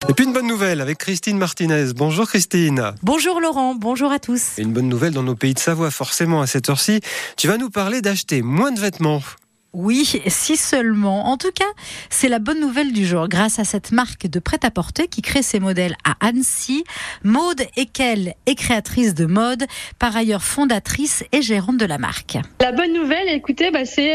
Et puis une bonne nouvelle avec Christine Martinez. Bonjour Christine. Bonjour Laurent, bonjour à tous. Et une bonne nouvelle dans nos pays de Savoie, forcément à cette heure-ci. Tu vas nous parler d'acheter moins de vêtements. Oui, si seulement. En tout cas, c'est la bonne nouvelle du jour. Grâce à cette marque de prêt-à-porter qui crée ses modèles à Annecy, Maude Ekel est créatrice de mode, par ailleurs fondatrice et gérante de la marque. La bonne nouvelle, écoutez, c'est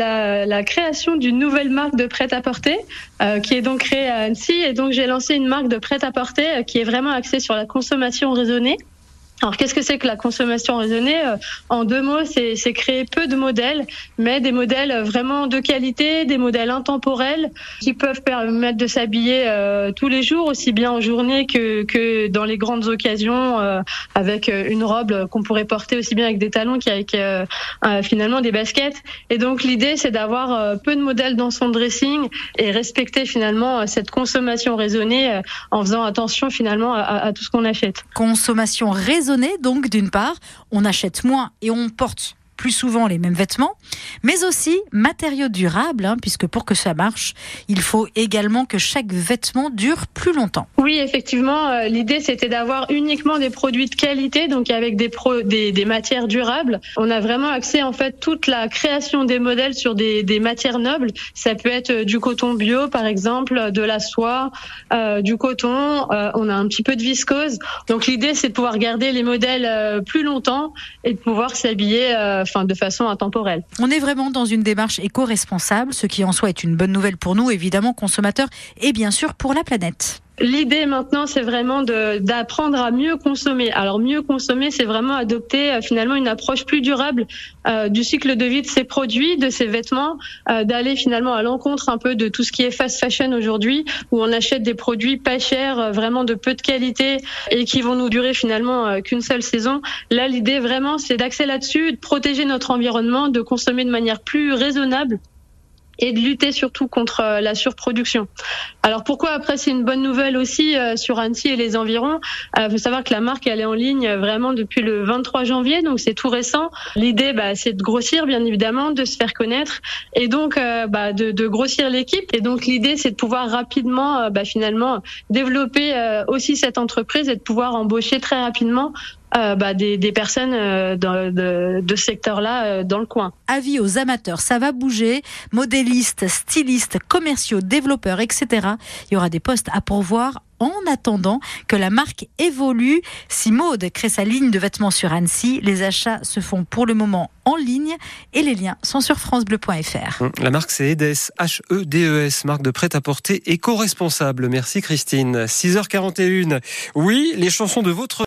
la création d'une nouvelle marque de prêt-à-porter qui est donc créée à Annecy. Et donc, j'ai lancé une marque de prêt-à-porter qui est vraiment axée sur la consommation raisonnée. Alors, qu'est-ce que c'est que la consommation raisonnée ? En deux mots, c'est créer peu de modèles, mais des modèles vraiment de qualité, des modèles intemporels qui peuvent permettre de s'habiller tous les jours, aussi bien en journée que dans les grandes occasions, avec une robe qu'on pourrait porter aussi bien avec des talons qu'avec finalement des baskets. Et donc, l'idée, c'est d'avoir peu de modèles dans son dressing et respecter finalement cette consommation raisonnée en faisant attention finalement à tout ce qu'on achète. Consommation raisonnée. Donc, d'une part, on achète moins et on porte plus souvent les mêmes vêtements, mais aussi matériaux durables, puisque pour que ça marche, il faut également que chaque vêtement dure plus longtemps. Oui, effectivement, l'idée c'était d'avoir uniquement des produits de qualité, donc avec des matières durables. On a vraiment axé en fait toute la création des modèles sur des matières nobles. Ça peut être du coton bio, par exemple, de la soie, du coton. On a un petit peu de viscose. Donc l'idée c'est de pouvoir garder les modèles plus longtemps et de pouvoir s'habiller de façon intemporelle. On est vraiment dans une démarche éco-responsable, ce qui en soi est une bonne nouvelle pour nous, évidemment, consommateurs, et bien sûr pour la planète. L'idée maintenant, c'est vraiment d'apprendre à mieux consommer. Alors mieux consommer, c'est vraiment adopter finalement une approche plus durable du cycle de vie de ces produits, de ces vêtements, d'aller finalement à l'encontre un peu de tout ce qui est fast fashion aujourd'hui, où on achète des produits pas chers, vraiment de peu de qualité et qui vont nous durer finalement qu'une seule saison. Là, l'idée vraiment, c'est d'axer là-dessus, de protéger notre environnement, de consommer de manière plus raisonnable et de lutter surtout contre la surproduction. Alors pourquoi après c'est une bonne nouvelle aussi sur Annecy et les environs. Faut savoir que la marque elle est en ligne vraiment depuis le 23 janvier, donc c'est tout récent. L'idée c'est de grossir bien évidemment, de se faire connaître et donc de grossir l'équipe. Et donc l'idée c'est de pouvoir rapidement finalement développer aussi cette entreprise et de pouvoir embaucher très rapidement des personnes de ce secteur-là dans le coin. Avis aux amateurs, ça va bouger. Modélistes, stylistes, commerciaux, développeurs, etc. Il y aura des postes à pourvoir en attendant que la marque évolue. Si Maude crée sa ligne de vêtements sur Annecy, les achats se font pour le moment en ligne et les liens sont sur francebleu.fr. La marque c'est Edes, H-E-D-E-S, marque de prêt-à-porter éco-responsable. Merci Christine. 6h41. Oui, les chansons de votre